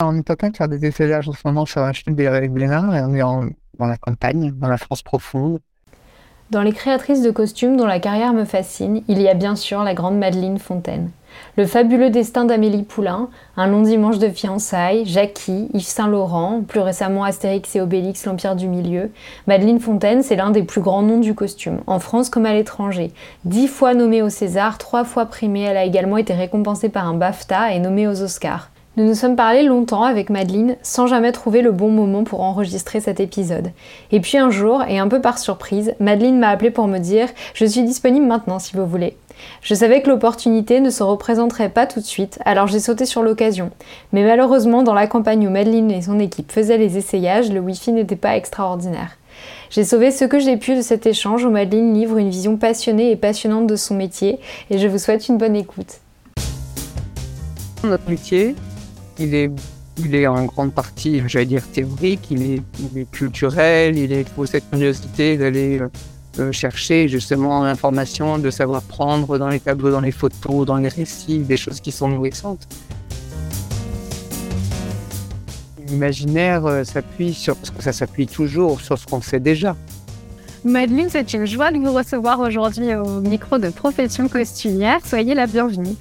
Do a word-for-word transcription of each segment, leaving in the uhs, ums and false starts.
on est en train de faire des essayages en ce moment sur la chute des Glénat et on est en, dans la campagne, dans la France profonde. Dans les créatrices de costumes dont la carrière me fascine, il y a bien sûr la grande Madeleine Fontaine. Le fabuleux destin d'Amélie Poulain, Un long dimanche de fiançailles, Jackie, Yves Saint Laurent, plus récemment Astérix et Obélix, l'Empire du Milieu. Madeleine Fontaine, c'est l'un des plus grands noms du costume, en France comme à l'étranger. Dix fois nommée au César, trois fois primée, elle a également été récompensée par un BAFTA et nommée aux Oscars. Nous nous sommes parlé longtemps avec Madeleine sans jamais trouver le bon moment pour enregistrer cet épisode. Et puis un jour, et un peu par surprise, Madeleine m'a appelé pour me dire « Je suis disponible maintenant si vous voulez ». Je savais que l'opportunité ne se représenterait pas tout de suite, alors j'ai sauté sur l'occasion. Mais malheureusement, dans la campagne où Madeleine et son équipe faisaient les essayages, le Wi-Fi n'était pas extraordinaire. J'ai sauvé ce que j'ai pu de cet échange où Madeleine livre une vision passionnée et passionnante de son métier, et je vous souhaite une bonne écoute. Notre métier, il est, il est en grande partie, j'allais dire, théorique, il est, il est culturel, il est pour cette curiosité d'aller euh, chercher justement l'information, de savoir prendre dans les tableaux, dans les photos, dans les récits, des choses qui sont nourrissantes. L'imaginaire euh, s'appuie sur, parce que ça s'appuie toujours sur ce qu'on sait déjà. Madeleine, c'est une joie de vous recevoir aujourd'hui au micro de Profession Costumière. Soyez la bienvenue.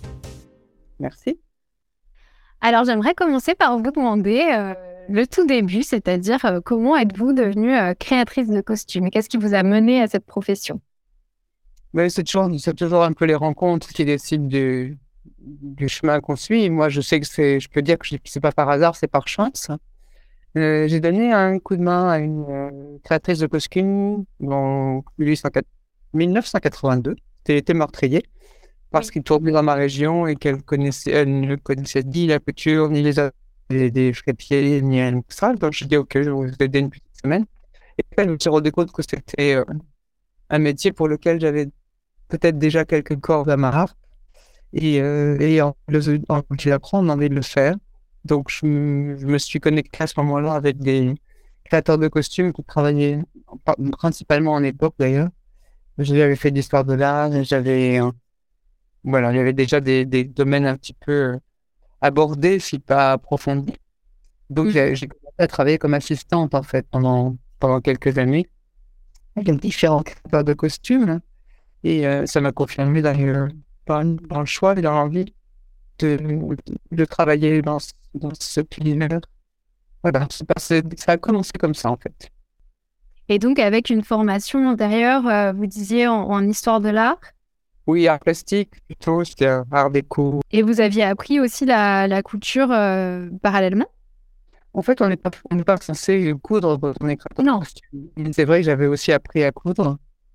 Merci. Alors, j'aimerais commencer par vous demander euh, le tout début, c'est-à-dire euh, comment êtes-vous devenue euh, créatrice de costumes? Qu'est-ce qui vous a mené à cette profession? Mais c'est toujours, c'est toujours un peu les rencontres qui décident du, du chemin qu'on suit. Moi, je sais que c'est, je peux dire que c'est pas par hasard, c'est par chance. Euh, j'ai donné un coup de main à une euh, créatrice de costumes en mille neuf cent quatre-vingt-deux. C'était l'été meurtrier. Parce qu'il tournait dans ma région et qu'elle connaissait, elle ne connaissait ni la couture, ni les, les, les fripiers, ni rien de ça. Donc, je dis, OK, je vais vous aider une petite semaine. Et puis, elle me s'est rendu compte que c'était euh, un métier pour lequel j'avais peut-être déjà quelques cordes à ma harpe. Et, euh, et en envie d'apprendre, envie de le faire. Donc, je, je me suis connecté à ce moment-là avec des créateurs de costumes qui travaillaient principalement en époque, d'ailleurs. J'avais fait de l'histoire de l'art et j'avais... Euh, Voilà, il y avait déjà des, des domaines un petit peu euh, abordés, si pas approfondis. Donc, mmh. j'ai, j'ai commencé à travailler comme assistante, en fait, pendant, pendant quelques années, avec différents créateurs de costumes. Et euh, ça m'a confirmé dans le, dans, dans le choix et dans l'envie de, de travailler dans, dans ce univers. Voilà, c'est passé, ça a commencé comme ça, en fait. Et donc, avec une formation antérieure, euh, vous disiez en, en histoire de l'art? Oui, art plastique, plutôt, c'était art déco. Et vous aviez appris aussi la, la couture euh, parallèlement? En fait, on n'est pas, on n'est pas censé coudre quand on est créateur. Non. C'est vrai que j'avais aussi appris à coudre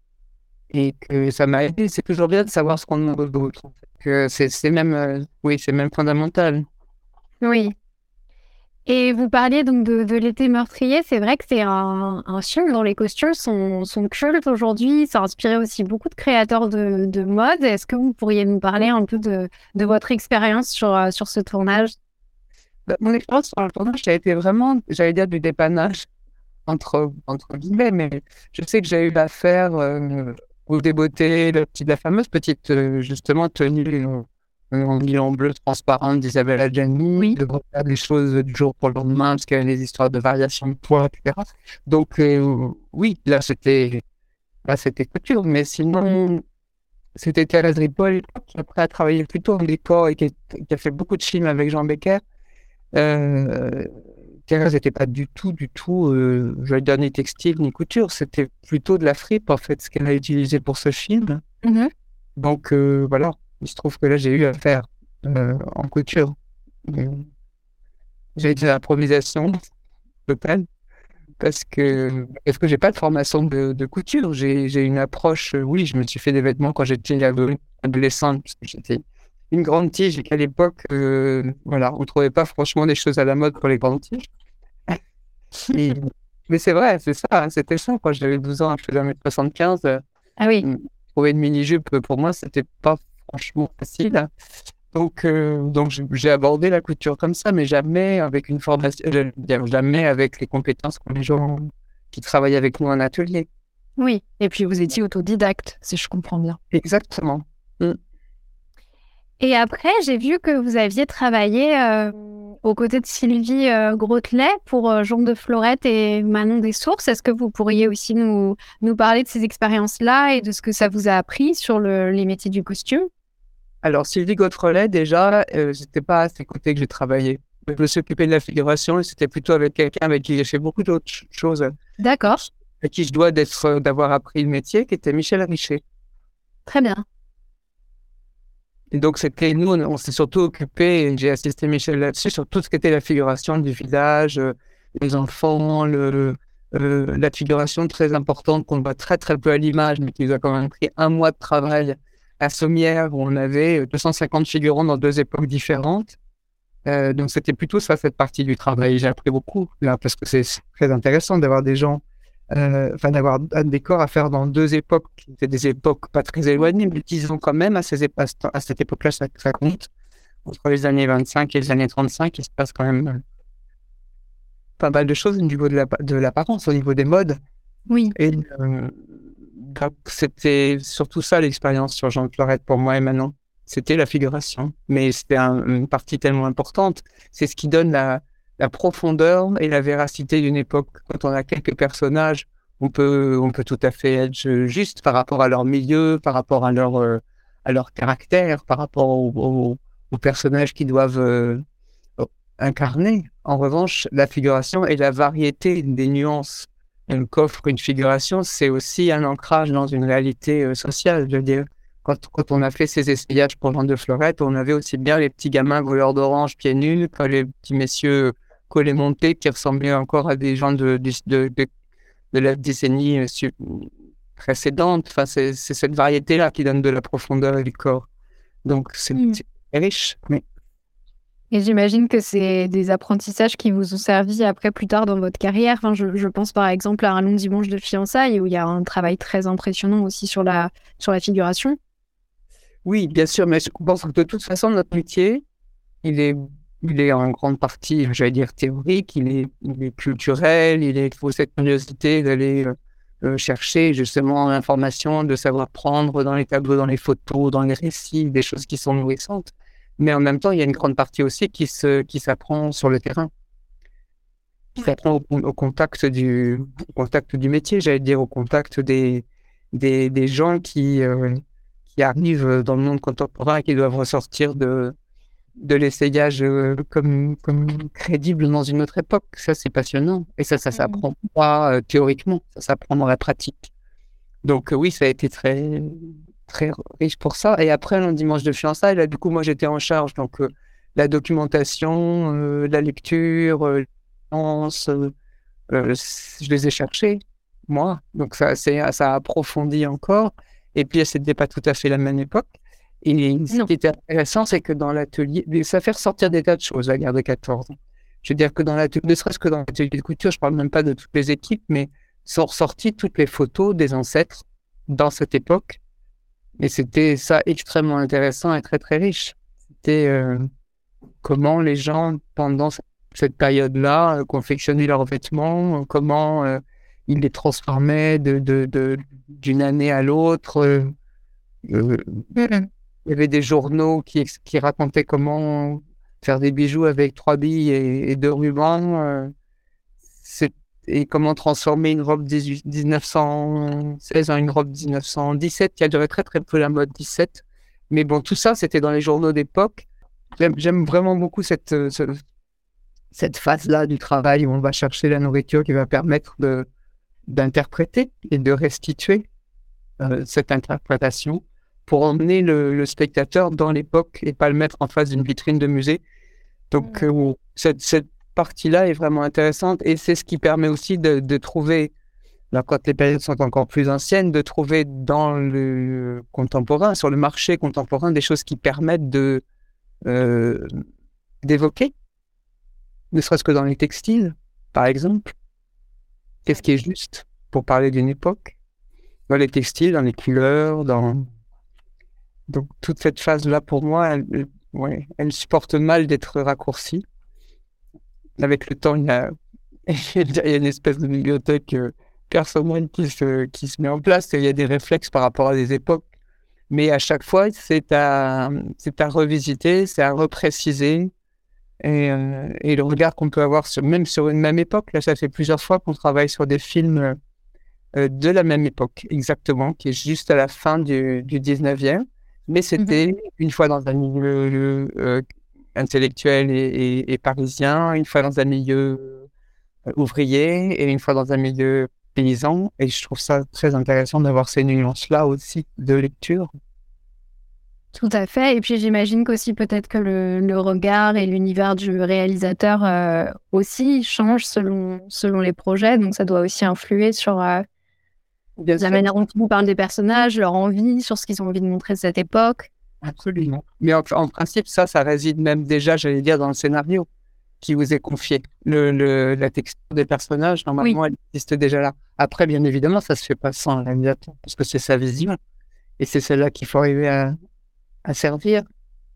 et que ça m'a aidé. C'est toujours bien de savoir ce qu'on demande aux autres. Que c'est, c'est même, euh, oui, c'est même fondamental. Oui. Et vous parliez donc de, de l'été meurtrier, c'est vrai que c'est un, un film dont les costumes sont, sont cultes aujourd'hui, ça a inspiré aussi beaucoup de créateurs de, de mode. Est-ce que vous pourriez nous parler un peu de, de votre expérience sur, sur ce tournage? Bah, mon expérience sur le tournage, ça a été vraiment, j'allais dire, du dépannage, entre, entre guillemets, mais je sais que j'ai eu l'affaire euh, au débeauté, la, la fameuse petite, euh, justement, tenue euh, en nylon bleu transparent d'Isabelle Adjani, oui. De refaire des choses du jour pour le lendemain, parce qu'il y avait des histoires de variation de poids, et cetera. Donc, euh, oui, là, c'était, là, c'était couture, mais sinon, c'était Thérèse Ripoll, qui après a travaillé plutôt en décor et qui, qui a fait beaucoup de films avec Jean Becker. Euh, Thérèse n'était pas du tout, du tout, euh, je vais dire, ni textile, ni couture, c'était plutôt de la fripe, en fait, ce qu'elle a utilisé pour ce film. Mm-hmm. Donc, euh, voilà. Il se trouve que là, j'ai eu à faire euh, en couture. Euh, j'ai été à l'improvisation totale parce que parce que j'ai pas de formation de, de couture. J'ai, j'ai une approche. Euh, oui, je me suis fait des vêtements quand j'étais adolescente parce que j'étais une grande tige et qu'à l'époque, euh, voilà, on trouvait pas franchement des choses à la mode pour les grandes tiges. Et, mais c'est vrai, c'est ça. Hein, c'était ça. Quand j'avais douze ans, je faisais un mètre soixante-quinze. Euh, ah oui. Trouver une mini-jupe pour moi, c'était pas franchement facile. Donc, euh, donc j'ai abordé la couture comme ça, mais jamais avec une formation, jamais avec les compétences qu'ont les gens qui travaillent avec nous en atelier. Oui, et puis vous étiez autodidacte, si je comprends bien. Exactement. Mm. Et après, j'ai vu que vous aviez travaillé euh, aux côtés de Sylvie euh, Grotelet pour euh, Jean de Florette et Manon des Sources. Est-ce que vous pourriez aussi nous, nous parler de ces expériences-là et de ce que ça vous a appris sur le, les métiers du costume? Alors, Sylvie Godefroy, déjà, euh, c'était pas à ses côtés que j'ai travaillé. Je me suis occupé de la figuration et c'était plutôt avec quelqu'un avec qui j'ai fait beaucoup d'autres ch- choses, D'accord, à qui je dois d'être, euh, d'avoir appris le métier, qui était Michel Richer. très bien. Et donc, c'était, nous, on, on s'est surtout occupé, et j'ai assisté Michel là-dessus, sur tout ce qui était la figuration du village, euh, les enfants, le, euh, la figuration très importante qu'on voit très, très peu à l'image, mais qui nous a quand même pris un mois de travail à Sommières, où on avait deux cent cinquante figurants dans deux époques différentes. Euh, donc, c'était plutôt ça, cette partie du travail. J'ai appris beaucoup, là, parce que c'est c'est très intéressant d'avoir des gens, euh, enfin, d'avoir un décor à faire dans deux époques, qui étaient des époques pas très éloignées, mais disons quand même, à, ces épa- à cette époque-là, ça, ça compte. Entre les années vingt-cinq et les années trente-cinq, il se passe quand même euh, pas mal de choses au niveau de la- de l'apparence, au niveau des modes. Oui. Et euh, donc, c'était surtout ça l'expérience sur Jean de Florette pour moi et Manon. C'était la figuration. Mais c'était un- une partie tellement importante. C'est ce qui donne la, la profondeur et la véracité d'une époque. Quand on a quelques personnages, on peut, on peut tout à fait être juste par rapport à leur milieu, par rapport à leur, euh, à leur caractère, par rapport au- au- aux personnages qu'ils doivent euh, incarner. En revanche, la figuration et la variété des nuances euh, qu'offre une figuration, c'est aussi un ancrage dans une réalité euh, sociale. Je veux dire, quand, quand on a fait ces essayages pour Jean de Florette, on avait aussi bien les petits gamins brûleurs d'orange pieds nus que les petits messieurs collés montés qui ressemblaient encore à des gens de, de, de, de, de la décennie euh, su- précédente. Enfin, c'est c'est cette variété-là qui donne de la profondeur du corps. Donc, c'est Mm. c'est riche. Mais Et j'imagine que c'est des apprentissages qui vous ont servi après plus tard dans votre carrière. Enfin, je, je pense par exemple à un long dimanche de fiançailles où il y a un travail très impressionnant aussi sur la, sur la figuration. oui, bien sûr, mais je pense que de toute façon, notre métier, il est, il est en grande partie, j'allais dire, théorique, il est, il est culturel, il est, il faut cette curiosité d'aller euh, euh, chercher justement l'information, de savoir prendre dans les tableaux, dans les photos, dans les récits, des choses qui sont nourrissantes. Mais en même temps, il y a une grande partie aussi qui se, qui s'apprend sur le terrain, qui s'apprend au, au contact du, au contact du métier, j'allais dire, au contact des, des, des gens qui, euh, qui arrivent dans le monde contemporain et qui doivent ressortir de, de l'essayage euh, comme, comme crédible dans une autre époque. Ça, c'est passionnant. Et ça, ça s'apprend pas euh, théoriquement, ça s'apprend dans la pratique. Donc euh, oui, ça a été très, très riche pour ça. Et après, le dimanche de fiançailles, là, du coup, moi, j'étais en charge. Donc, euh, la documentation, euh, la lecture, euh, euh, euh, je les ai cherchés, moi. Donc, ça, c'est, ça a approfondi encore. Et puis, c'était pas tout à fait la même époque. Et ce Non. qui était intéressant, c'est que dans l'atelier, ça fait ressortir des tas de choses, la guerre de quatorze. Je veux dire que dans l'atelier, ne serait-ce que dans l'atelier de couture, je parle même pas de toutes les équipes, mais sont ressorties toutes les photos des ancêtres dans cette époque. Et c'était ça extrêmement intéressant et très, très riche. C'était euh, comment les gens, pendant cette période-là, euh, confectionnaient leurs vêtements, euh, comment euh, ils les transformaient de, de, de, d'une année à l'autre. Euh, euh, il y avait des journaux qui, ex- qui racontaient comment faire des bijoux avec trois billes et, et deux rubans. euh, c'est- et comment transformer une robe dix-huit dix-neuf cent seize en une robe dix-neuf cent dix-sept, qui a duré très très peu la mode dix-sept. Mais bon, tout ça, c'était dans les journaux d'époque. J'aime, j'aime vraiment beaucoup cette, euh, ce- cette phase-là du travail où on va chercher la nourriture qui va permettre de, d'interpréter et de restituer euh, cette interprétation pour emmener le, le spectateur dans l'époque et pas le mettre en face d'une vitrine de musée. Donc, euh, cette, cette partie-là est vraiment intéressante et c'est ce qui permet aussi de, de trouver, là, quand les périodes sont encore plus anciennes, de trouver dans le contemporain, sur le marché contemporain, des choses qui permettent de, euh, d'évoquer, ne serait-ce que dans les textiles, par exemple. Qu'est-ce qui est juste pour parler d'une époque? Dans les textiles, dans les couleurs, dans... Donc, toute cette phase-là, pour moi, elle, elle- ouais, elle supporte mal d'être raccourcie. Avec le temps, il y a, il y a une espèce de bibliothèque euh, personnelle qui se, qui se met en place et il y a des réflexes par rapport à des époques. Mais à chaque fois, c'est à, c'est à revisiter, c'est à repréciser. Et, euh, et le regard qu'on peut avoir, sur, même sur une même époque, là, ça fait plusieurs fois qu'on travaille sur des films euh, de la même époque, exactement, qui est juste à la fin du, du dix-neuvième. Mais c'était mmh. une fois dans un milieu euh, intellectuel et, et, et parisien, une fois dans un milieu euh, ouvrier et une fois dans un milieu paysan. Et je trouve ça très intéressant d'avoir ces nuances-là aussi de lecture. Tout à fait. Et puis j'imagine qu'aussi peut-être que le, le regard et l'univers du réalisateur euh, aussi changent selon, selon les projets. Donc ça doit aussi influer sur euh, la sûr. manière dont ils vous parlent des personnages, leur envie, sur ce qu'ils ont envie de montrer de cette époque. Absolument. Mais en, en principe, ça, ça réside même déjà, j'allais dire, dans le scénario qui vous est confié. Le, le, la texture des personnages, normalement, oui. elle existe déjà là. Après, bien évidemment, ça se fait pas sans le réalisateur, parce que c'est sa vision. Et c'est celle-là qu'il faut arriver à, à servir.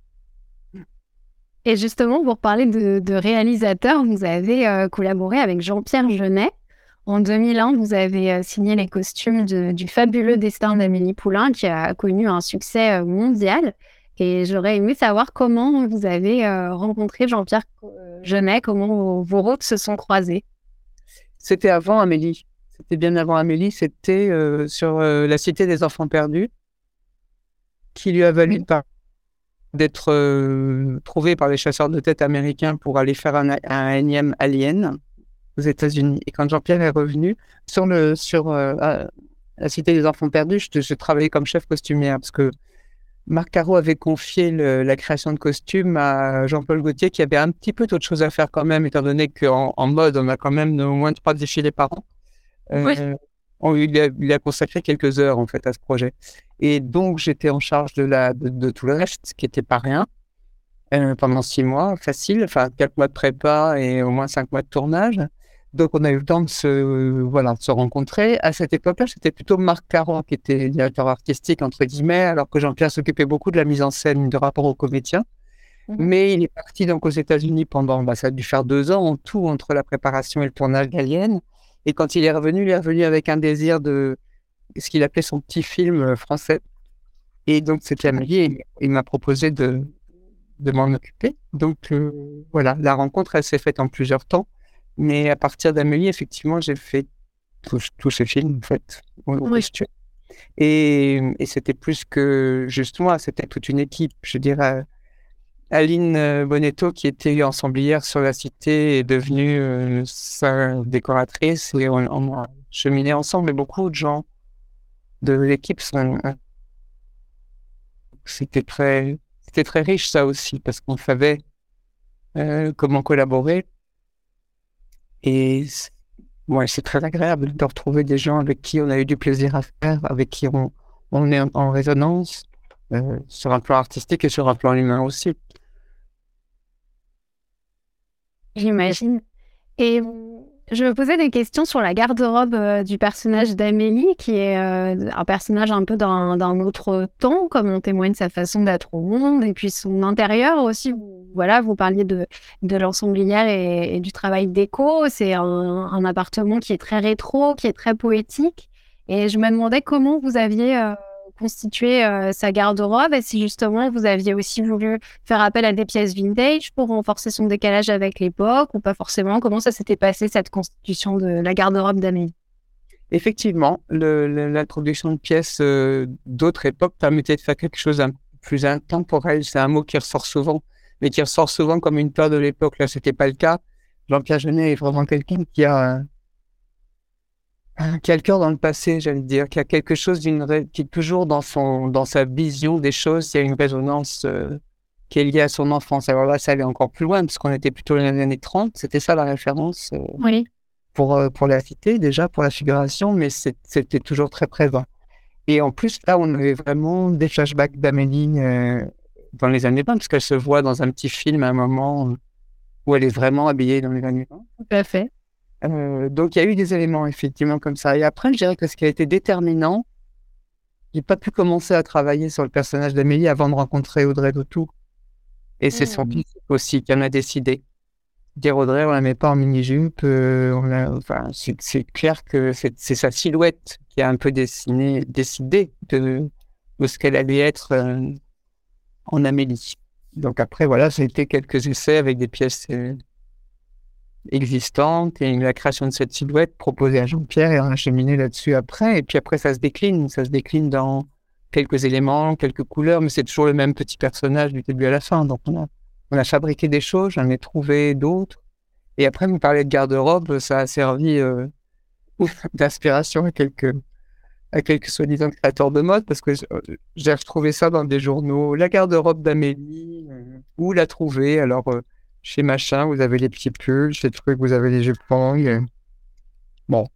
Et justement, pour parler de, de réalisateur, vous avez euh, collaboré avec Jean-Pierre Jeunet. En deux mille un, vous avez euh, signé les costumes de, du fabuleux destin d'Amélie Poulain, qui a connu un succès euh, mondial. Et j'aurais aimé savoir comment vous avez euh, rencontré Jean-Pierre euh, Jeunet, comment vos, vos routes se sont croisées. C'était avant Amélie. C'était bien avant Amélie. C'était euh, sur euh, La Cité des Enfants Perdus, qui lui a valu par... d'être euh, trouvé par les chasseurs de tête américains pour aller faire un, un énième Alien aux États-Unis. Et quand Jean-Pierre est revenu sur, le, sur euh, La Cité des Enfants Perdus, je, je travaillais comme chef costumière parce que Marc Caro avait confié le, la création de costumes à Jean-Paul Gaultier, qui avait un petit peu d'autres choses à faire quand même, étant donné qu'en en mode, on a quand même au moins trois défilés par an. Euh, oui. on, il, a, il a consacré quelques heures, en fait, à ce projet. Et donc, j'étais en charge de, la, de, de tout le reste, ce qui n'était pas rien, euh, pendant six mois, facile, enfin, quatre mois de prépa et au moins cinq mois de tournage. Donc, on a eu le temps de se, euh, voilà, de se rencontrer. À cette époque-là, c'était plutôt Marc Caron qui était directeur artistique, entre guillemets, alors que Jean-Pierre s'occupait beaucoup de la mise en scène de rapport aux comédiens. Mmh. Mais il est parti donc aux États-Unis pendant, bah, ça a dû faire deux ans en tout, entre la préparation et le tournage d'Alien. Et quand il est revenu, il est revenu avec un désir de ce qu'il appelait son petit film français. Et donc, c'était Amélie, et il m'a proposé de, de m'en occuper. Donc, euh, voilà, la rencontre, elle s'est faite en plusieurs temps. Mais à partir d'Amélie, effectivement, j'ai fait tous ce film, en fait, au oui. costume. Et, et c'était plus que juste moi, c'était toute une équipe. Je dirais, Aline Bonetto, qui était ensemblière sur La Cité, est devenue euh, sa décoratrice. Et on, on a cheminé ensemble, et beaucoup de gens de l'équipe sont... C'était très, c'était très riche, ça aussi, parce qu'on savait euh, comment collaborer. Et c'est, ouais, c'est très agréable de retrouver des gens avec qui on a eu du plaisir à faire, avec qui on, on est en, en résonance, euh, sur un plan artistique et sur un plan humain aussi. J'imagine. Et je me posais des questions sur la garde-robe euh, du personnage d'Amélie, qui est euh, un personnage un peu d'un, d'un autre temps, comme en témoigne sa façon d'être au monde, et puis son intérieur aussi. Voilà, vous parliez de, de l'ensemblière et, et du travail déco. C'est un, un appartement qui est très rétro, qui est très poétique. Et je me demandais comment vous aviez euh, constitué euh, sa garde-robe, et si justement vous aviez aussi voulu faire appel à des pièces vintage pour renforcer son décalage avec l'époque, ou pas forcément. Comment ça s'était passé, cette constitution de la garde-robe d'Amélie? Effectivement, le, le, l'introduction de pièces euh, d'autres époques permettait de faire quelque chose un peu plus intemporel. C'est un mot qui ressort souvent, mais qui ressort souvent comme une peur de l'époque. Là, c'était pas le cas. Jean-Pierre Jeunet est vraiment quelqu'un qui a... qui a le cœur dans le passé, j'allais dire, qui a quelque chose d'une ré... qui est toujours dans son dans sa vision des choses. Il y a une résonance euh, qui est liée à son enfance. Alors là, ça allait encore plus loin, parce qu'on était plutôt dans les années trente. C'était ça la référence euh, oui. pour euh, pour la cité, déjà pour la figuration, mais c'est, c'était toujours très présent. Et en plus, là, on avait vraiment des flashbacks d'Amélie euh, dans les années vingt, parce qu'elle se voit dans un petit film à un moment où elle est vraiment habillée dans les années vingt. Tout à fait. Euh, donc, il y a eu des éléments, effectivement, comme ça. Et après, je dirais que ce qui a été déterminant, j'ai pas pu commencer à travailler sur le personnage d'Amélie avant de rencontrer Audrey Tautou. Et c'est mmh. son fils aussi qui en a décidé. Dire Audrey, on la met pas en mini-jupe. Euh, on la... enfin, c'est, c'est clair que c'est, c'est sa silhouette qui a un peu dessiné, décidé de, de ce qu'elle allait être euh, en Amélie. Donc après, voilà, ça a été quelques essais avec des pièces euh, existantes et la création de cette silhouette proposée à Jean-Pierre et on a cheminé là-dessus après. Et puis après, ça se décline, ça se décline dans quelques éléments, quelques couleurs, mais c'est toujours le même petit personnage du début à la fin. Donc on a, on a fabriqué des choses, j'en ai trouvé d'autres. Et après, vous parlez de garde-robe, ça a servi euh, d'inspiration à quelques, à quelques soi-disant créateurs de mode, parce que j'ai retrouvé ça dans des journaux. La garde-robe d'Amélie, euh, où la trouver? Alors, euh, chez machin, vous avez les petits pulls, chez truc, vous avez les jupons. Et... Bon.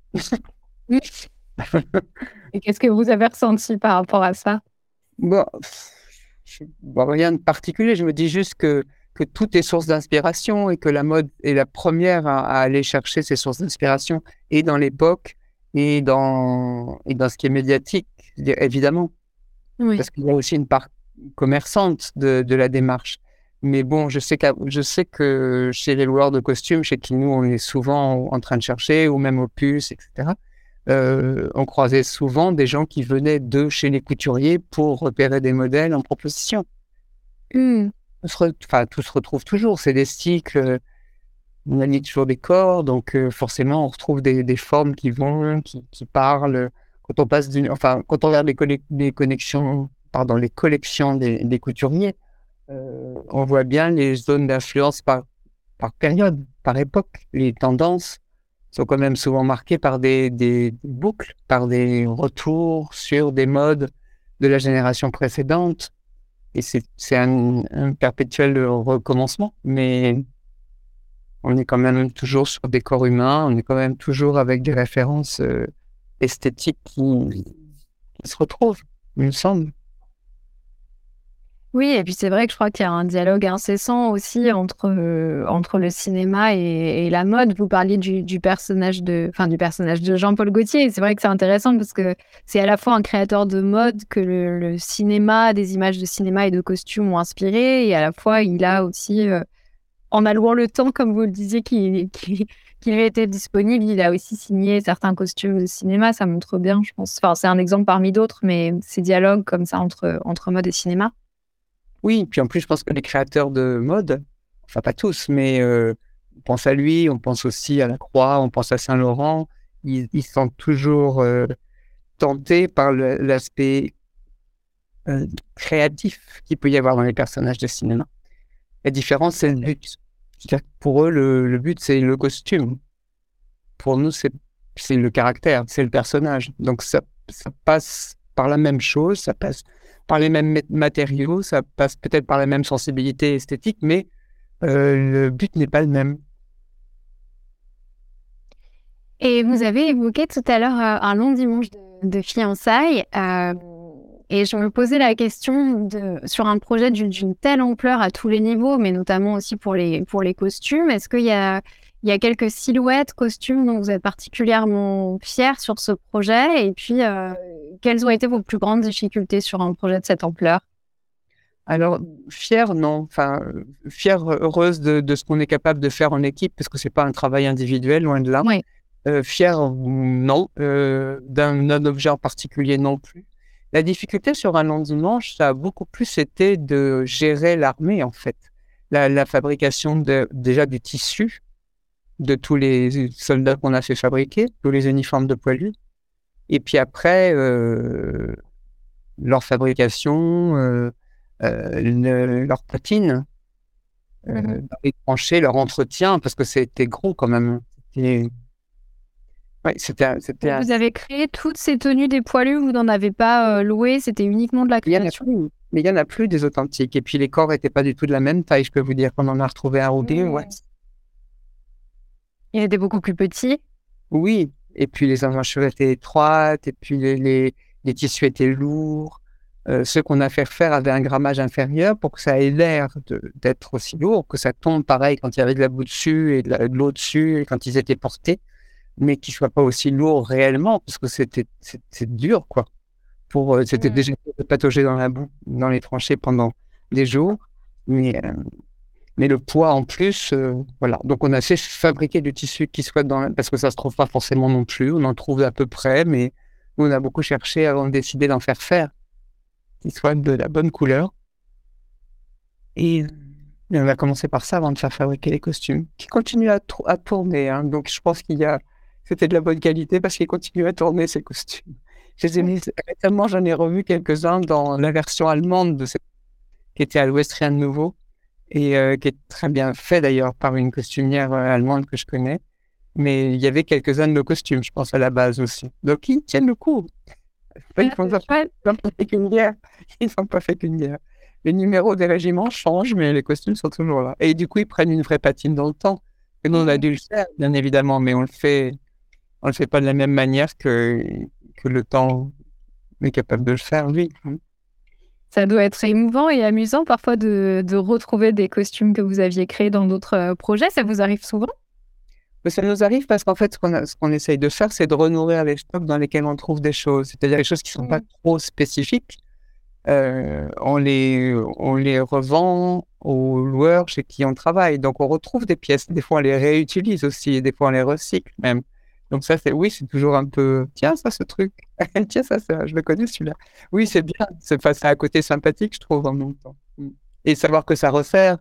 Et qu'est-ce que vous avez ressenti par rapport à ça? Bon, je, bon, rien de particulier. Je me dis juste que, que tout est source d'inspiration et que la mode est la première à, à aller chercher ses sources d'inspiration, et dans l'époque, et dans, et dans ce qui est médiatique, évidemment. Oui. Parce qu'il y a aussi une part commerçante de, de la démarche. Mais bon, je sais, je sais que chez les loueurs de costumes, chez qui nous, on est souvent en train de chercher, ou même au Puce, et cetera, euh, on croisait souvent des gens qui venaient de chez les couturiers pour repérer des modèles en proposition. Mm. Enfin, tout se retrouve toujours. C'est des cycles, on aligne toujours des corps, donc euh, forcément, on retrouve des, des formes qui vont, qui, qui parlent. Quand on passe d'une, enfin, quand on regarde les, conne- les connexions, pardon, les collections des, des couturiers, euh, on voit bien les zones d'influence par, par période, par époque. Les tendances sont quand même souvent marquées par des, des boucles, par des retours sur des modes de la génération précédente. Et c'est, c'est un, un perpétuel recommencement, mais on est quand même toujours sur des corps humains, on est quand même toujours avec des références euh, esthétiques qui, qui se retrouvent, il me semble. Oui, et puis c'est vrai que je crois qu'il y a un dialogue incessant aussi entre, euh, entre le cinéma et, et la mode. Vous parliez du, du personnage de, enfin, du personnage de Jean-Paul Gaultier. Et c'est vrai que c'est intéressant parce que c'est à la fois un créateur de mode que le, le cinéma, des images de cinéma et de costumes ont inspiré, et à la fois il a aussi, euh, en allouant le temps, comme vous le disiez, qu'il qui, qui lui était disponible, il a aussi signé certains costumes de cinéma. Ça montre bien, je pense. Enfin, c'est un exemple parmi d'autres, mais ces dialogues comme ça entre, entre mode et cinéma. Oui, puis en plus, je pense que les créateurs de mode, enfin pas tous, mais euh, on pense à lui, on pense aussi à Lacroix, on pense à Saint-Laurent, ils, ils sont toujours euh, tentés par le, l'aspect euh, créatif qu'il peut y avoir dans les personnages de cinéma. La différence, c'est le but. C'est-à-dire que pour eux, le, le but, c'est le costume. Pour nous, c'est, c'est le caractère, c'est le personnage. Donc ça, ça passe par la même chose, ça passe par les mêmes matériaux, ça passe peut-être par la même sensibilité esthétique, mais euh, le but n'est pas le même. Et vous avez évoqué tout à l'heure euh, un long dimanche de, de fiançailles, euh, et je me posais la question de, sur un projet d'une, d'une telle ampleur à tous les niveaux, mais notamment aussi pour les, pour les costumes. Est-ce qu'il y a, il y a quelques silhouettes, costumes dont vous êtes particulièrement fiers sur ce projet? Et puis, euh, quelles ont été vos plus grandes difficultés sur un projet de cette ampleur? Alors, fière, non. Enfin, fière, heureuse de, de ce qu'on est capable de faire en équipe, parce que c'est pas un travail individuel, loin de là. Oui. Euh, fière, non. Euh, d'un, d'un objet en particulier, non plus. La difficulté sur un long dimanche, ça a beaucoup plus été de gérer l'armée, en fait. La, la fabrication de, déjà du tissu, de tous les soldats qu'on a fait fabriquer, tous les uniformes de poilus. Et puis après, euh, leur fabrication, euh, euh, le, leur patine, euh, Mm-hmm. dans les tranchées, leur entretien, parce que c'était gros quand même. C'était, ouais, c'était, c'était Vous avez créé toutes ces tenues des poilus, vous n'en avez pas euh, loué, c'était uniquement de la il y en a création? plus, mais il y en a plus des authentiques. Et puis les corps n'étaient pas du tout de la même taille, je peux vous dire qu'on en a retrouvé un ou deux. Ouais. Il était beaucoup plus petit. Oui, et puis les emmanchures étaient étroites, et puis les, les, les tissus étaient lourds. Euh, ceux qu'on a fait faire avaient un grammage inférieur pour que ça ait l'air de, d'être aussi lourd, que ça tombe pareil quand il y avait de la boue dessus et de, la, de l'eau dessus, et quand ils étaient portés, mais qu'ils ne soient pas aussi lourds réellement, parce que c'était, c'est, c'est dur, quoi. Pour, euh, c'était Mmh. déjà de patauger dans la boue, dans les tranchées pendant des jours, mais, euh, mais le poids en plus, euh, voilà. Donc on a fait fabriquer du tissu qui soit dans, la... parce que ça se trouve pas forcément non plus, on en trouve à peu près, mais on a beaucoup cherché avant de décider d'en faire faire. qui soit de la bonne couleur. Et, et on a commencé par ça avant de faire fabriquer les costumes, qui continuent à, tr- à tourner. Hein. Donc je pense qu'il y a, c'était de la bonne qualité parce qu'ils continuent à tourner ces costumes. Je les ai mis, récemment, j'en ai revu quelques-uns dans la version allemande de cette, qui était à l'Ouest Rien de Nouveau et euh, qui est très bien fait d'ailleurs par une costumière euh, allemande que je connais. Mais il y avait quelques-uns de nos costumes, je pense, à la base aussi. Donc ils tiennent le coup. Ils n'ont pas fait qu'une guerre. Ils n'ont pas fait qu'une guerre. Les numéros des régiments changent, mais les costumes sont toujours là. Et du coup, ils prennent une vraie patine dans le temps. Et nous, on a dû le faire, bien évidemment, mais on le fait, on le fait pas de la même manière que, que le temps est capable de le faire, lui. Ça doit être émouvant et amusant parfois de, de retrouver des costumes que vous aviez créés dans d'autres euh, projets. Ça vous arrive souvent? Mais ça nous arrive parce qu'en fait, ce qu'on, a, ce qu'on essaye de faire, c'est de renourrir les stocks dans lesquels on trouve des choses. C'est-à-dire des choses qui ne sont pas trop spécifiques. Euh, on, les, on les revend aux loueurs chez qui on travaille. Donc, on retrouve des pièces. Des fois, on les réutilise aussi. Et des fois, on les recycle même. Donc ça, c'est oui, c'est toujours un peu... Tiens, ça, ce truc. Tiens, ça, ça, je le connais, celui-là. Oui, c'est bien. C'est, c'est un côté sympathique, je trouve, en même temps. Et savoir que ça resserre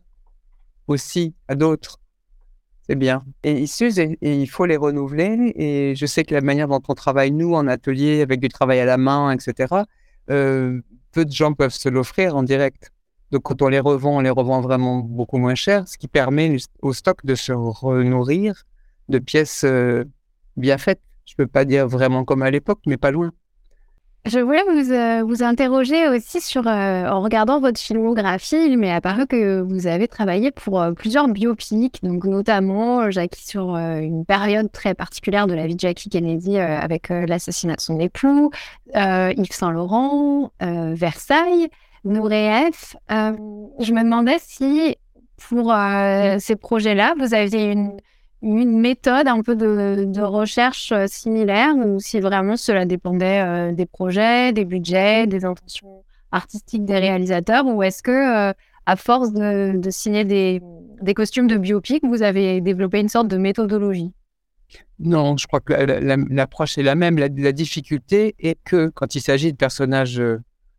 aussi à d'autres. C'est bien. Et ils s'usent et, et il faut les renouveler. Et je sais que la manière dont on travaille, nous, en atelier, avec du travail à la main, et cetera, euh, peu de gens peuvent se l'offrir en direct. Donc, quand on les revend, on les revend vraiment beaucoup moins cher, ce qui permet au stock de se renourrir de pièces euh, bien faites. Je ne peux pas dire vraiment comme à l'époque, mais pas loin. Je voulais vous, euh, vous interroger aussi sur, euh, en regardant votre filmographie, il m'est apparu que vous avez travaillé pour euh, plusieurs biopics, donc notamment euh, Jackie sur euh, une période très particulière de la vie de Jackie Kennedy euh, avec euh, l'assassinat de son époux, euh, Yves Saint Laurent, euh, Versailles, Noureef. Euh, je me demandais si pour euh, ces projets-là, vous aviez une une méthode un peu de, de recherche euh, similaire ou si vraiment cela dépendait euh, des projets, des budgets, des intentions artistiques des réalisateurs ou est-ce que euh, à force de, de signer des, des costumes de biopic, vous avez développé une sorte de méthodologie? Non, je crois que la, la, l'approche est la même. La, la difficulté est que quand il s'agit de personnages euh,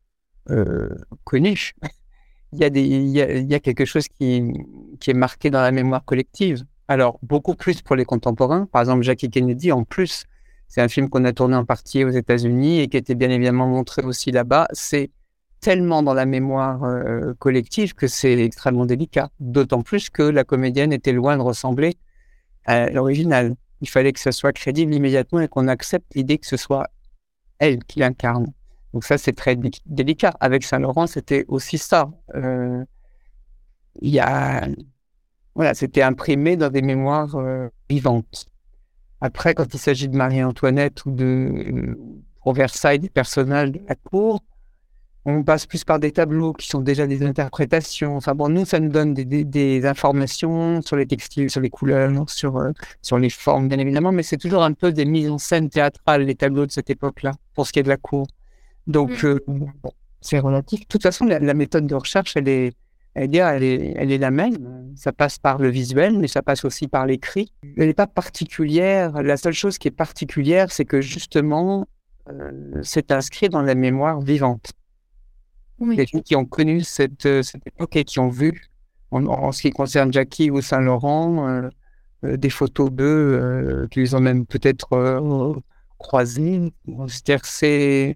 euh, connus, il y a des, il y a, il y a quelque chose qui, qui est marqué dans la mémoire collective. Alors, beaucoup plus pour les contemporains. Par exemple, Jackie Kennedy, en plus, c'est un film qu'on a tourné en partie aux États-Unis et qui était bien évidemment montré aussi là-bas. C'est tellement dans la mémoire euh, collective que c'est extrêmement délicat. D'autant plus que la comédienne était loin de ressembler à l'original. Il fallait que ce soit crédible immédiatement et qu'on accepte l'idée que ce soit elle qui l'incarne. Donc ça, c'est très dé- délicat. Avec Saint-Laurent, c'était aussi ça. Euh, il y a... Voilà, c'était imprimé dans des mémoires euh, vivantes. Après, quand il s'agit de Marie-Antoinette ou de euh, pour Versailles, des personnages de la cour, on passe plus par des tableaux qui sont déjà des interprétations. Enfin bon, nous, ça nous donne des, des, des informations sur les textiles, sur les couleurs, sur, euh, sur les formes, bien évidemment, mais c'est toujours un peu des mises en scène théâtrales, les tableaux de cette époque-là, pour ce qui est de la cour. Donc, euh, bon, c'est relatif. De toute façon, la, la méthode de recherche, elle est Elle est, elle, est, elle est la même. Ça passe par le visuel, mais ça passe aussi par l'écrit. Elle n'est pas particulière. La seule chose qui est particulière, c'est que justement, euh, c'est inscrit dans la mémoire vivante. Oui. Les gens qui ont connu cette, cette époque et qui ont vu, en, en ce qui concerne Jackie ou Saint-Laurent, euh, euh, des photos d'eux euh, qu'ils ont même peut-être euh, croisées. C'est-à-dire que c'est...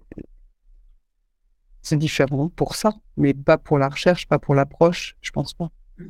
C'est différent pour ça, mais pas pour la recherche, pas pour l'approche, je pense pas.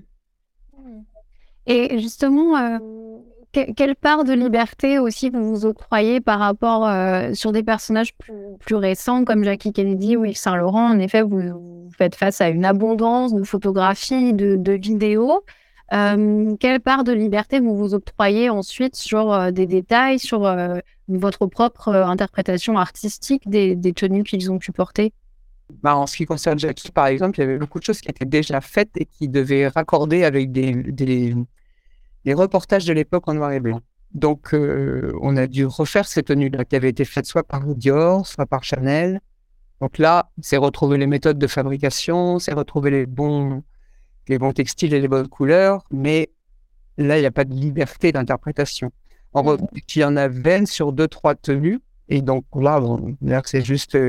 Et justement, euh, que, quelle part de liberté aussi vous vous octroyez par rapport euh, sur des personnages plus, plus récents comme Jackie Kennedy ou Yves Saint Laurent? En effet, vous, vous faites face à une abondance de photographies, de, de vidéos. Euh, quelle part de liberté vous vous octroyez ensuite sur euh, des détails, sur euh, votre propre euh, interprétation artistique des, des tenues qu'ils ont pu porter? Bah, en ce qui concerne Jackie, par exemple, il y avait beaucoup de choses qui étaient déjà faites et qui devaient raccorder avec des, des, des reportages de l'époque en noir et blanc. Donc, euh, on a dû refaire ces tenues-là qui avaient été faites soit par Dior, soit par Chanel. Donc là, c'est retrouver les méthodes de fabrication, c'est retrouver les bons, les bons textiles et les bonnes couleurs, mais là, il n'y a pas de liberté d'interprétation. En revanche, il y en avait sur deux, trois tenues, et donc là, bon, là c'est juste... Euh,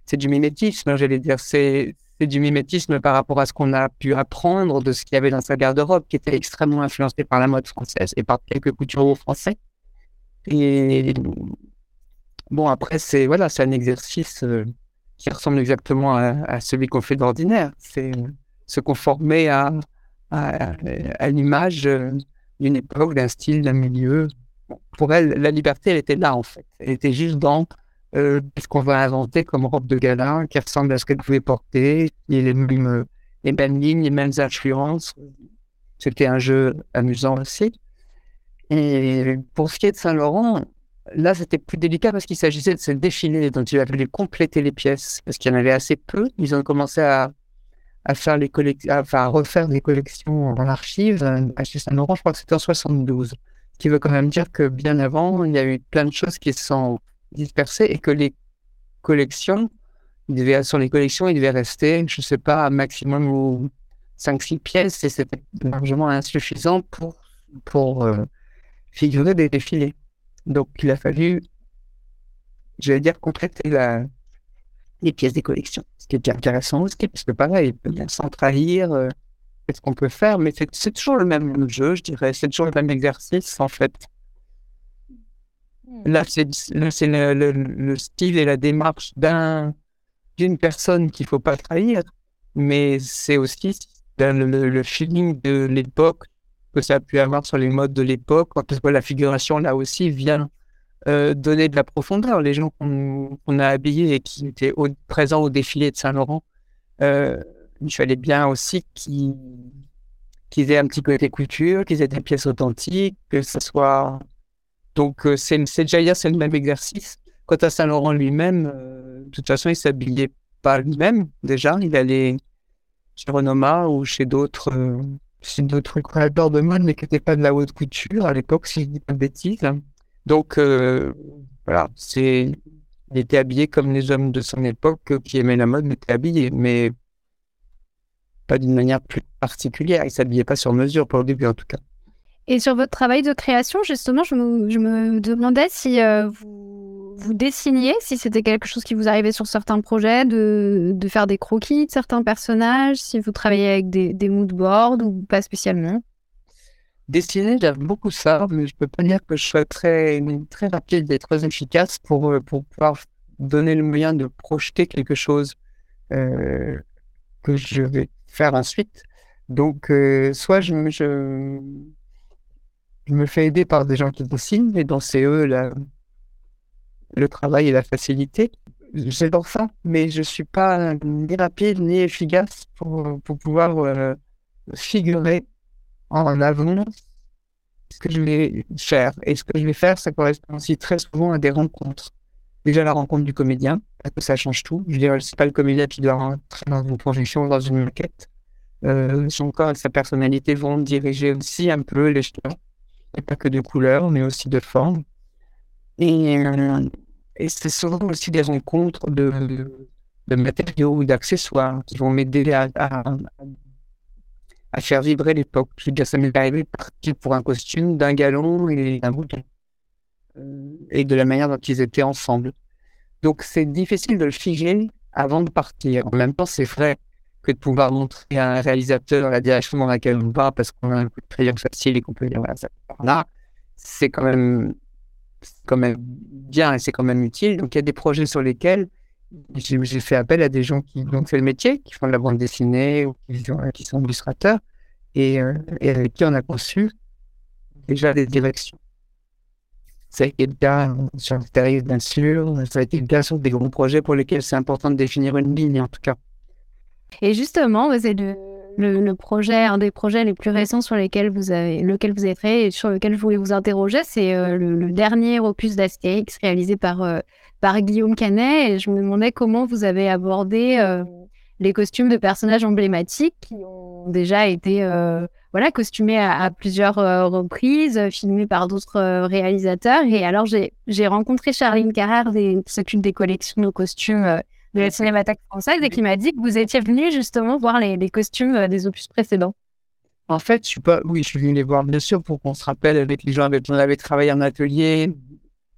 c'est du mimétisme, j'allais dire. C'est, c'est du mimétisme par rapport à ce qu'on a pu apprendre de ce qu'il y avait dans sa garde-robe, qui était extrêmement influencé par la mode française et par quelques couturiers français. Et bon, après, c'est, voilà, c'est un exercice euh, qui ressemble exactement à, à celui qu'on fait d'ordinaire. C'est euh, se conformer à, à, à l'image euh, d'une époque, d'un style, d'un milieu. Bon, pour elle, la liberté, elle était là, en fait. Elle était juste dans euh, ce qu'on va inventer comme robe de gala, qui ressemble à ce qu'elle pouvait porter, et les mêmes, les mêmes lignes, les mêmes influences. C'était un jeu amusant aussi. Et pour ce qui est de Saint-Laurent, là, c'était plus délicat parce qu'il s'agissait de ce défilé dont il a fallu compléter les pièces, parce qu'il y en avait assez peu. Ils ont commencé à, à faire les collec- à, enfin, à refaire des collections en archives. À chez Saint-Laurent, je crois que c'était en soixante-douze. Ce qui veut quand même dire que bien avant, il y a eu plein de choses qui se sont dispersées et que les collections, il devait, sur les collections, il devait rester, je ne sais pas, un maximum ou cinq six pièces, et c'était largement insuffisant pour, pour euh, figurer des défilés. Donc, il a fallu, j'allais dire, compléter la, les pièces des collections. Ce qui est intéressant aussi, parce que pareil, sans trahir, euh, qu'est-ce qu'on peut faire, mais c'est, c'est toujours le même jeu, je dirais, c'est toujours le même exercice, en fait. Là, c'est, là, c'est le, le, le style et la démarche d'un, d'une personne qu'il ne faut pas trahir, mais c'est aussi le, le, le feeling de l'époque que ça a pu avoir sur les modes de l'époque, parce que la figuration, là aussi, vient euh, donner de la profondeur. Les gens qu'on, qu'on a habillés et qui étaient au, présents au défilé de Saint-Laurent, euh, il fallait bien aussi qu'ils, qu'ils aient un petit côté couture, qu'ils aient des pièces authentiques, que ce soit... Donc, euh, c'est, c'est déjà hier, c'est le même exercice. Quant à Saint-Laurent lui-même, euh, de toute façon, il ne s'habillait pas lui-même, déjà. Il allait chez Renoma ou chez d'autres... Euh, c'est d'autres créateurs de mode, mais qui n'étaient pas de la haute couture à l'époque, si je ne dis pas de bêtises. Donc, euh, voilà, c'est... il était habillé comme les hommes de son époque qui aimaient la mode, étaient habillés, mais pas d'une manière plus particulière. Ils ne s'habillaient pas sur mesure, pour le début en tout cas. Et sur votre travail de création, justement, je me, je me demandais si euh, vous, vous dessiniez, si c'était quelque chose qui vous arrivait sur certains projets, de, de faire des croquis de certains personnages, si vous travaillez avec des, des mood boards ou pas spécialement. Dessiner, j'aime beaucoup ça, mais je ne peux pas dire que je sois très, très rapide et très efficace pour, pour pouvoir donner le moyen de projeter quelque chose euh, que je vais faire ensuite. Donc, euh, soit je me, je, je me fais aider par des gens qui dessinent, et donc c'est eux la, le travail et la facilité. J'adore ça, mais je ne suis pas ni rapide ni efficace pour, pour pouvoir euh, figurer en avant ce que je vais faire. Et ce que je vais faire, ça correspond aussi très souvent à des rencontres. Déjà, la rencontre du comédien, parce que ça change tout. Je veux dire, c'est pas le comédien qui doit rentrer dans une projection, dans une maquette. Euh, son corps et sa personnalité vont diriger aussi un peu les choix. Et pas que de couleurs, mais aussi de formes. Et, euh, et c'est souvent aussi des rencontres de, de, de matériaux ou d'accessoires qui vont m'aider à, à, à faire vibrer l'époque. Je veux dire, ça m'est arrivé de partir pour un costume d'un galon et d'un bouton. Euh, et de la manière dont ils étaient ensemble. Donc, c'est difficile de le figer avant de partir. En même temps, c'est vrai que de pouvoir montrer à un réalisateur la direction dans laquelle on va parce qu'on a un coup de crayon facile et qu'on peut dire voilà, ça part là, c'est quand même, c'est quand même bien et c'est quand même utile. Donc, il y a des projets sur lesquels j'ai, j'ai fait appel à des gens qui ont fait le métier, qui font de la bande dessinée ou qui, qui sont illustrateurs et, euh, et avec qui on a conçu déjà des directions. Ça a été le cas sur le tarif, bien sûr. Ça a été le cas sur des gros projets pour lesquels c'est important de définir une ligne, en tout cas. Et justement, c'est le, le, le projet, un des projets les plus récents sur lesquels vous avez, lequel vous avez travaillé et sur lequel je voulais vous interroger, c'est euh, le, le dernier opus d'Astérix réalisé par, euh, par Guillaume Canet. Et je me demandais comment vous avez abordé euh, les costumes de personnages emblématiques qui ont déjà été... Euh, Voilà, costumé à, à plusieurs euh, reprises, euh, filmé par d'autres euh, réalisateurs. Et alors, j'ai, j'ai rencontré Charline Carrère, des, qui s'occupe des collections de costumes euh, de la Cinémathèque française, et qui m'a dit que vous étiez venu justement voir les, les costumes euh, des opus précédents. En fait, je suis pas... oui, je suis venu les voir, bien sûr, pour qu'on se rappelle avec les gens avec qui on avait travaillé en atelier.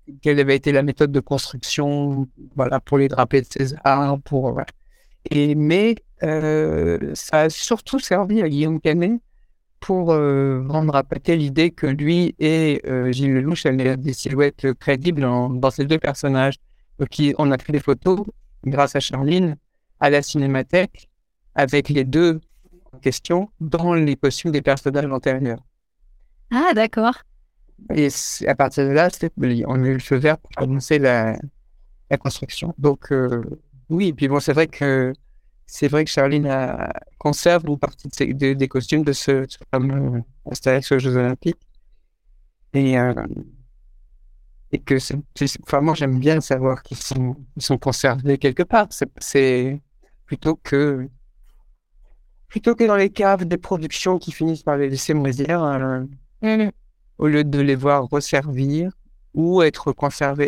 quelle avait été la méthode de construction, voilà, pour les drapés de César, pour voilà. Et mais euh, ça a surtout servi à Guillaume Canet pour euh, vendre à pâté l'idée que lui et euh, Gilles Lellouche avaient des silhouettes crédibles en, dans ces deux personnages. Donc, il- on a fait des photos grâce à Charline à la Cinémathèque avec les deux en question dans les costumes des personnages antérieurs. Ah, d'accord. Et c'est- à partir de là, c'est- on a eu le feu vert pour annoncer la, la construction. Donc, euh, oui, et puis bon, c'est vrai que c'est vrai que Charline a, conserve une partie de ces- de- des costumes de ce, ce fameux Astérix aux Jeux Olympiques. Et, euh, et que c'est, c'est- enfin, moi, j'aime bien savoir qu'ils sont, ils sont conservés quelque part. C'est, c'est plutôt que, plutôt que dans les caves des productions qui finissent par les laisser moisir, euh, Mhm. au lieu de les voir resservir ou être conservés.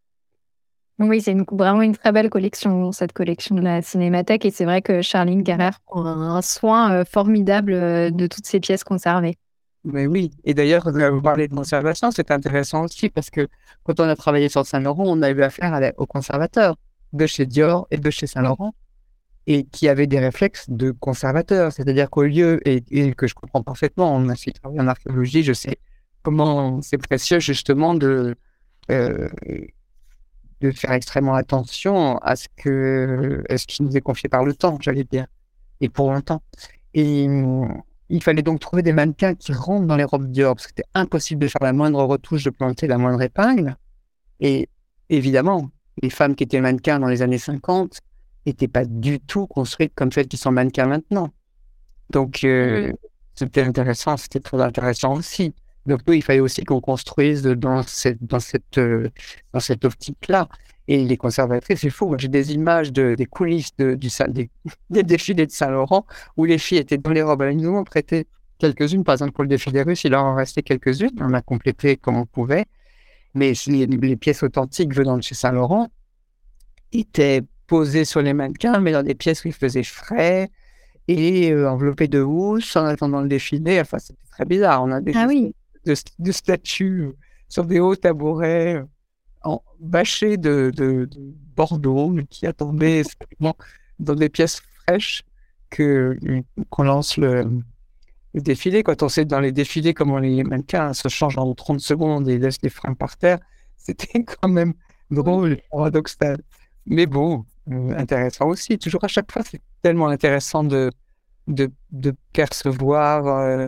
Oui, c'est une- vraiment une très belle collection, cette collection de la Cinémathèque. Et c'est vrai que Charline Carrère prend un, un soin euh, formidable euh, de toutes ces pièces conservées. Mais oui, et d'ailleurs, euh, vous parlez de conservation, c'est intéressant aussi parce que quand on a travaillé sur Saint-Laurent, on a eu affaire à la- aux conservateurs de chez Dior et de chez Saint-Laurent et qui avaient des réflexes de conservateurs. C'est-à-dire qu'au lieu, et, et que je comprends parfaitement, on a fait travailler en archéologie, je sais comment c'est précieux justement de, euh, de faire extrêmement attention à ce que, à ce qui nous est confié par le temps, j'allais dire, et pour longtemps. Et hum, il fallait donc trouver des mannequins qui rentrent dans les robes Dior, parce que c'était impossible de faire la moindre retouche, de planter la moindre épingle. Et évidemment, les femmes qui étaient mannequins dans les années cinquante n'étaient pas du tout construites comme celles qui sont mannequins maintenant. Donc, euh, c'était intéressant, c'était très intéressant aussi. Donc, oui, il fallait aussi qu'on construise dans cette, dans cette, euh, dans cette optique-là. Et les conservatrices, c'est fou. Moi, j'ai des images de, des coulisses de, du, Saint- des, des défilés de Saint-Laurent où les filles étaient dans les robes. Alors, ils nous ont prêté quelques-unes, par exemple, pour le défilé russe, il en restait quelques-unes. On a complété comme on pouvait. Mais les, les pièces authentiques venant de chez Saint-Laurent étaient posées sur les mannequins, mais dans des pièces où il faisait frais et euh, enveloppées de housse en attendant le défilé. Enfin, c'était très bizarre. On a des Ah oui. de, de statues euh, sur des hauts tabourets euh, en, bâchés de, de, de Bordeaux, mais qui attendaient simplement dans des pièces fraîches que, qu'on lance le, le défilé. Quand on sait dans les défilés comment les mannequins se changent en trente secondes et laissent les fringues par terre, c'était quand même drôle, paradoxal. Mais bon, euh, intéressant aussi. Toujours à chaque fois, c'est tellement intéressant de, de, de percevoir euh,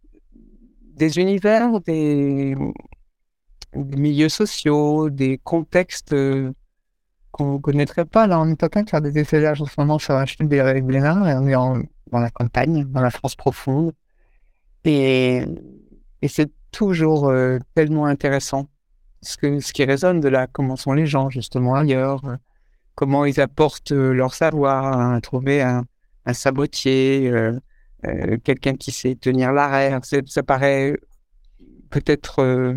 des univers, des, des milieux sociaux, des contextes euh, qu'on ne connaîtrait pas. Là, on est en train de faire des essais-là en ce moment sur la chute des Glénat et on est en, dans la campagne, dans la France profonde. Et, et c'est toujours euh, tellement intéressant ce, que, ce qui résonne de là, comment sont les gens justement ailleurs, euh, comment ils apportent euh, leur savoir, hein, trouver un, un sabotier, euh, euh, quelqu'un qui sait tenir l'arrière. C'est, ça paraît peut-être euh,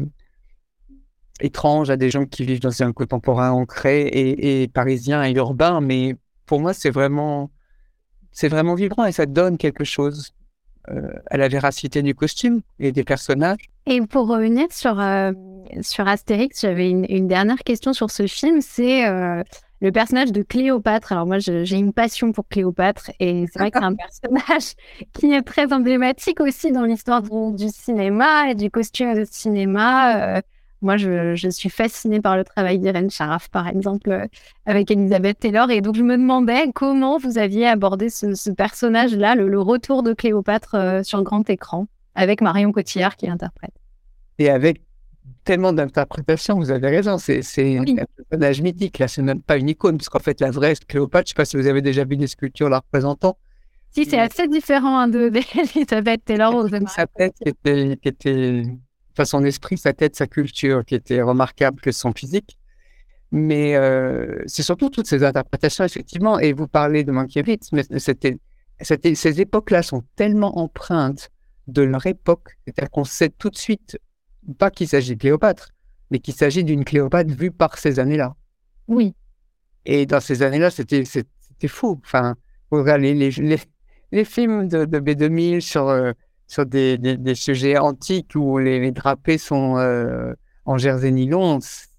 étrange à des gens qui vivent dans un contemporain ancré et, et parisien et urbain, mais pour moi, c'est vraiment, c'est vraiment vibrant et ça donne quelque chose euh, à la véracité du costume et des personnages. Et pour revenir sur, euh, sur Astérix, j'avais une, une dernière question sur ce film, c'est euh, le personnage de Cléopâtre. Alors moi, je, j'ai une passion pour Cléopâtre et c'est vrai que c'est un personnage qui est très emblématique aussi dans l'histoire du, du cinéma et du costume de cinéma. Euh, moi, je, je suis fascinée par le travail d'Irène Charaf, par exemple, euh, avec Elisabeth Taylor. Et donc, je me demandais comment vous aviez abordé ce, ce personnage-là, le, le retour de Cléopâtre euh, sur grand écran, avec Marion Cotillard qui l'interprète. Et avec tellement d'interprétations, vous avez raison, c'est, c'est Oui. un personnage mythique, là, c'est même pas une icône, parce qu'en fait, la vraie Cléopâtre, je sais pas si vous avez déjà vu des sculptures la représentant. Si, c'est assez différent hein, de d'Elisabeth Taylor aux Sa tête qui était, qui était, enfin, son esprit, sa tête, sa culture, qui était remarquable que son physique. Mais euh, c'est surtout toutes ces interprétations, effectivement. Et vous parlez de Mankiewicz, mais c'était, c'était, ces époques-là sont tellement empreintes de leur époque, c'est-à-dire qu'on sait tout de suite, pas qu'il s'agit de Cléopâtre, mais qu'il s'agit d'une Cléopâtre vue par ces années-là. Oui. Et dans ces années-là, c'était, c'était fou. Enfin, vous regardez les, les, les films de, de B deux mille sur, euh, sur des, des, des sujets antiques où les, les drapés sont euh, en jersey nylon,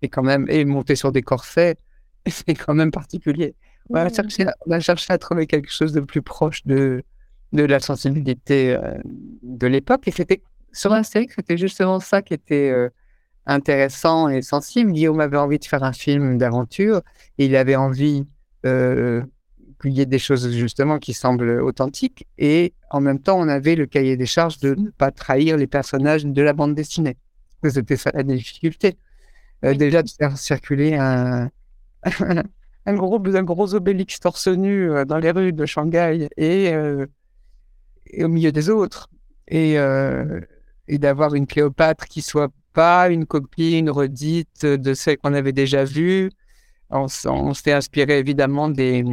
c'est quand même, et monter sur des corsets, c'est quand même particulier. On a, Mmh. cherché, on a cherché à trouver quelque chose de plus proche de, de la sensibilité euh, de l'époque. Et c'était, sur la série, c'était justement ça qui était euh, intéressant et sensible. Guillaume avait envie de faire un film d'aventure. Et il avait envie euh, qu'il y ait des choses justement qui semblent authentiques. Et en même temps, on avait le cahier des charges de ne pas trahir les personnages de la bande dessinée. C'était ça la difficulté. Euh, Oui. déjà de faire circuler un, un, gros, un gros obélix torse nu euh, dans les rues de Shanghai et, euh, et au milieu des autres. Et, euh, et d'avoir une Cléopâtre qui soit pas une copie, une redite de celle qu'on avait déjà vue. On, s- on s'est inspiré évidemment des,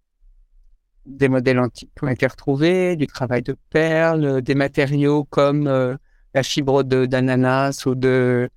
des modèles antiques qui ont été retrouvés, du travail de perles, des matériaux comme euh, la fibre de- d'ananas ou de,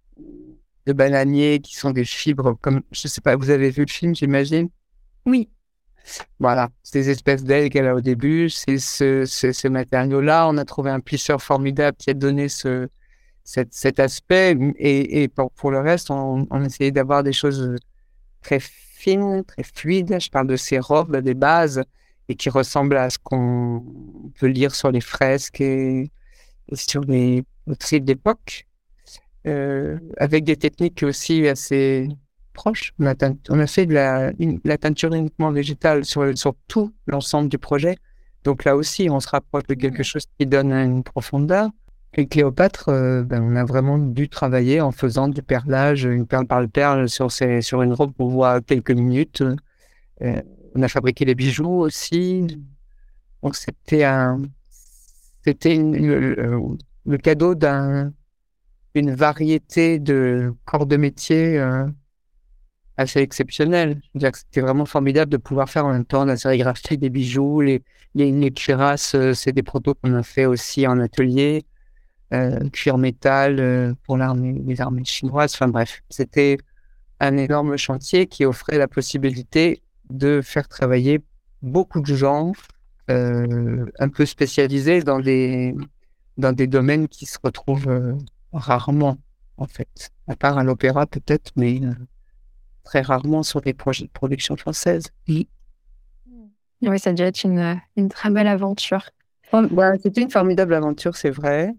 de bananier qui sont des fibres comme, je sais pas, vous avez vu le film, j'imagine? Oui. Voilà, ces espèces d'ailes qu'elle a au début, c'est ce, ce, ce matériau-là. On a trouvé un plisseur formidable qui a donné ce, cet, cet aspect. Et, et pour, pour le reste, on, on essayait d'avoir des choses très fines, très fluides. Je parle de ces robes, des bases, et qui ressemblent à ce qu'on peut lire sur les fresques et, et sur les poteries d'époque. Euh, avec des techniques aussi assez proches. On a, teint- on a fait de la, une- la teinture uniquement végétale sur, sur tout l'ensemble du projet. Donc là aussi, on se rapproche de quelque chose qui donne une profondeur. Et Cléopâtre, euh, ben, on a vraiment dû travailler en faisant du perlage, une perle par perle sur, ces, sur une robe qu'on voit quelques minutes. Euh, on a fabriqué les bijoux aussi. Donc c'était un, c'était une- le, le- le cadeau d'un une variété de corps de métier euh, assez exceptionnelle. Je veux dire que c'était vraiment formidable de pouvoir faire en même temps la sérigraphie des bijoux, les, les, les cuirasses, euh, c'est des protos qu'on a fait aussi en atelier, euh, cuir métal euh, pour l'armée, les armées chinoises. Enfin bref, c'était un énorme chantier qui offrait la possibilité de faire travailler beaucoup de gens euh, un peu spécialisés dans des, dans des domaines qui se retrouvent euh, rarement, en fait. À part à l'opéra, peut-être, mais euh, très rarement sur des projets de production française. Oui. Oui, ça a dû être une, une très belle aventure. Bon, voilà, c'était une formidable aventure, c'est vrai.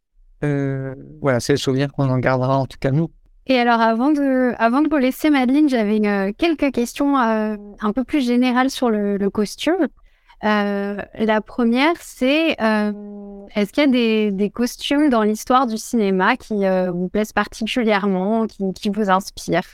Euh, voilà, c'est le souvenir qu'on en gardera, en tout cas nous. Et alors, avant de, avant de vous laisser, Madeleine, j'avais euh, quelques questions euh, un peu plus générales sur le, le costume. Euh, la première, c'est euh, est-ce qu'il y a des, des costumes dans l'histoire du cinéma qui euh, vous plaisent particulièrement, qui, qui vous inspirent?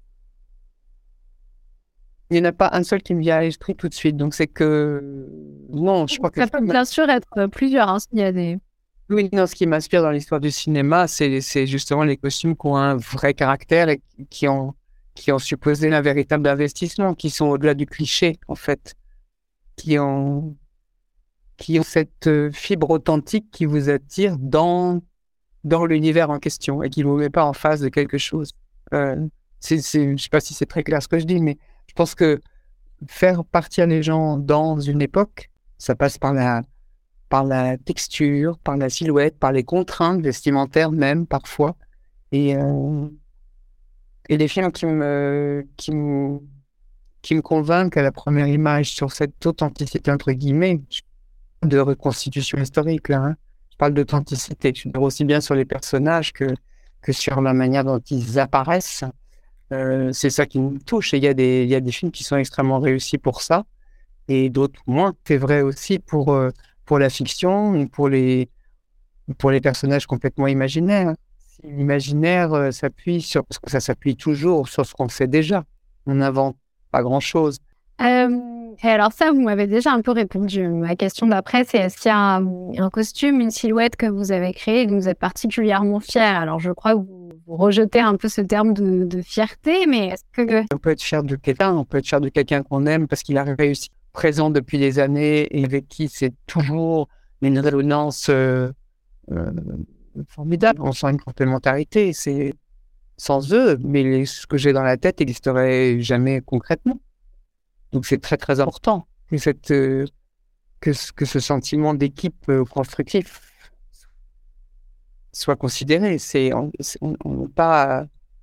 Il n'y en a pas un seul qui me vient à l'esprit tout de suite, donc c'est que... Non, je crois que... Ça peut bien sûr être euh, plusieurs, hein, s'il y a des... Oui, non, ce qui m'inspire dans l'histoire du cinéma, c'est, c'est justement les costumes qui ont un vrai caractère et qui ont, qui ont supposé un véritable investissement, qui sont au-delà du cliché, en fait, qui ont, qui ont cette euh, fibre authentique qui vous attire dans, dans l'univers en question et qui ne vous met pas en face de quelque chose. Euh, c'est, c'est, je ne sais pas si c'est très clair ce que je dis, mais je pense que faire partir les gens dans une époque, ça passe par la, par la texture, par la silhouette, par les contraintes vestimentaires même parfois. Et, euh, et les films qui me, qui me, qui me convainquent à la première image sur cette authenticité, entre guillemets, de reconstitution historique, là, hein. Je parle d'authenticité, je veux dire aussi bien sur les personnages que, que sur la manière dont ils apparaissent. Euh, c'est ça qui me touche. Et il y a des, il y a des films qui sont extrêmement réussis pour ça, et d'autres moins. C'est vrai aussi pour, euh, pour la fiction, pour les, pour les personnages complètement imaginaires. Si l'imaginaire euh, s'appuie sur, parce que ça s'appuie toujours sur ce qu'on sait déjà. On n'invente pas grand-chose. Euh, et alors ça, vous m'avez déjà un peu répondu. Ma question d'après, c'est est-ce qu'il y a un, un costume, une silhouette que vous avez créé et dont vous êtes particulièrement fier? Alors je crois que vous, vous rejetez un peu ce terme de, de fierté, mais est-ce que... On peut être fier de quelqu'un, on peut être fier de quelqu'un qu'on aime parce qu'il a réussi, présent depuis des années et avec qui c'est toujours une résonance euh, euh, formidable. On sent une complémentarité. C'est sans eux, mais les- ce que j'ai dans la tête n'existerait jamais concrètement. Donc c'est très très important que, cette, euh, que, ce- que ce sentiment d'équipe euh, constructif soit considéré. C'est, on on- on n'est pas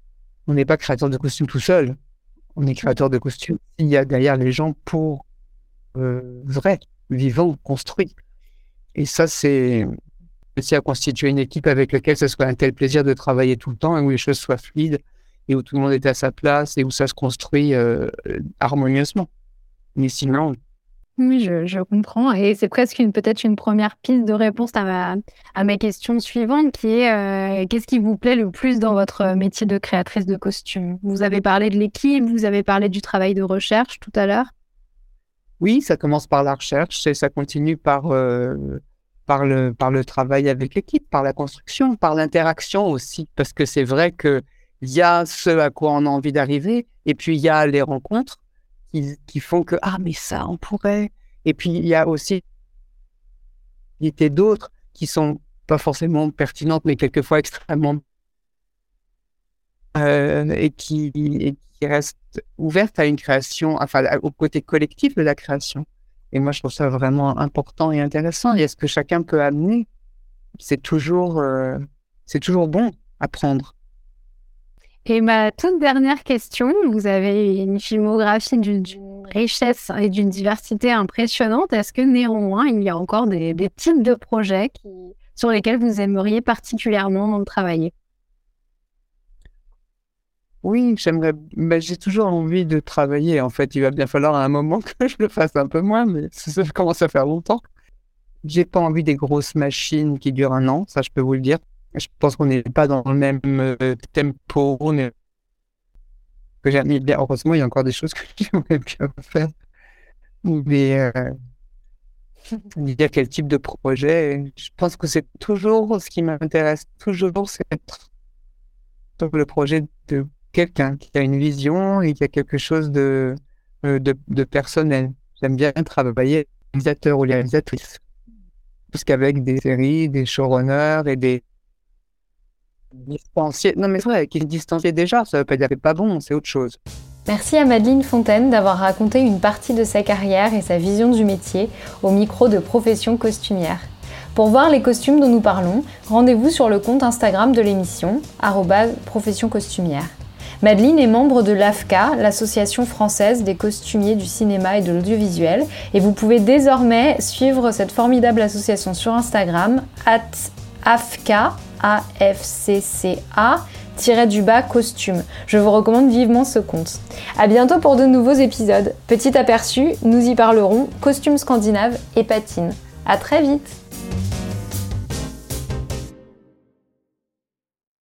on n'est pas créateur de costumes tout seul. On est créateur de costumes. Il y a derrière les gens pour euh, vrai, vivant, construit. Et ça, c'est aussi à constituer une équipe avec laquelle ce soit un tel plaisir de travailler tout le temps et où les choses soient fluides et où tout le monde est à sa place et où ça se construit euh, harmonieusement. Mais sinon... Oui, je, je comprends. Et c'est presque une, peut-être une première piste de réponse à ma, à ma question suivante qui est euh, qu'est-ce qui vous plaît le plus dans votre métier de créatrice de costumes? Vous avez parlé de l'équipe, vous avez parlé du travail de recherche tout à l'heure. Oui, ça commence par la recherche et ça continue par, euh, par, le, par le travail avec l'équipe, par la construction, par l'interaction aussi. Parce que c'est vrai qu'il y a ce à quoi on a envie d'arriver et puis il y a les rencontres qui, qui font que « Ah, mais ça, on pourrait ». Et puis il y a aussi d'autres qui sont pas forcément pertinentes, mais quelquefois extrêmement... Euh, et, qui, et qui restent ouvertes à une création, enfin au côté collectif de la création. Et moi, je trouve ça vraiment important et intéressant. Et ce que chacun peut amener, c'est toujours, euh, c'est toujours bon à prendre. Et ma toute dernière question, vous avez une filmographie d'une, d'une richesse et d'une diversité impressionnante. Est-ce que néanmoins, il y a encore des, des types de projets qui, sur lesquels vous aimeriez particulièrement travailler? Oui, j'aimerais, mais j'ai toujours envie de travailler. En fait, il va bien falloir à un moment que je le fasse un peu moins, mais ça commence à faire longtemps. J'ai pas envie des grosses machines qui durent un an, ça je peux vous le dire. Je pense qu'on n'est pas dans le même euh, tempo. On est... que j'aime bien. Heureusement, il y a encore des choses que j'aimerais bien faire. Mais euh, dire quel type de projet, je pense que c'est toujours ce qui m'intéresse. Toujours, c'est être le projet de quelqu'un qui a une vision et qui a quelque chose de, de, de personnel. J'aime bien travailler avec les réalisateurs ou les réalisatrices. Parce qu'avec des séries, des showrunners et des distanciés. Non, mais c'est vrai, qui se distanciaient déjà, ça veut pas dire que c'est pas bon, c'est autre chose. Merci à Madeleine Fontaine d'avoir raconté une partie de sa carrière et sa vision du métier au micro de Profession Costumière. Pour voir les costumes dont nous parlons, rendez-vous sur le compte Instagram de l'émission, arobase profession costumière. Madeleine est membre de l'A F C A, l'Association française des costumiers du cinéma et de l'audiovisuel, et vous pouvez désormais suivre cette formidable association sur Instagram, arobase A F C A, A F C C A, tiré du bas costume. Je vous recommande vivement ce compte. À bientôt pour de nouveaux épisodes. Petit aperçu, nous y parlerons costumes scandinaves et patines. À très vite!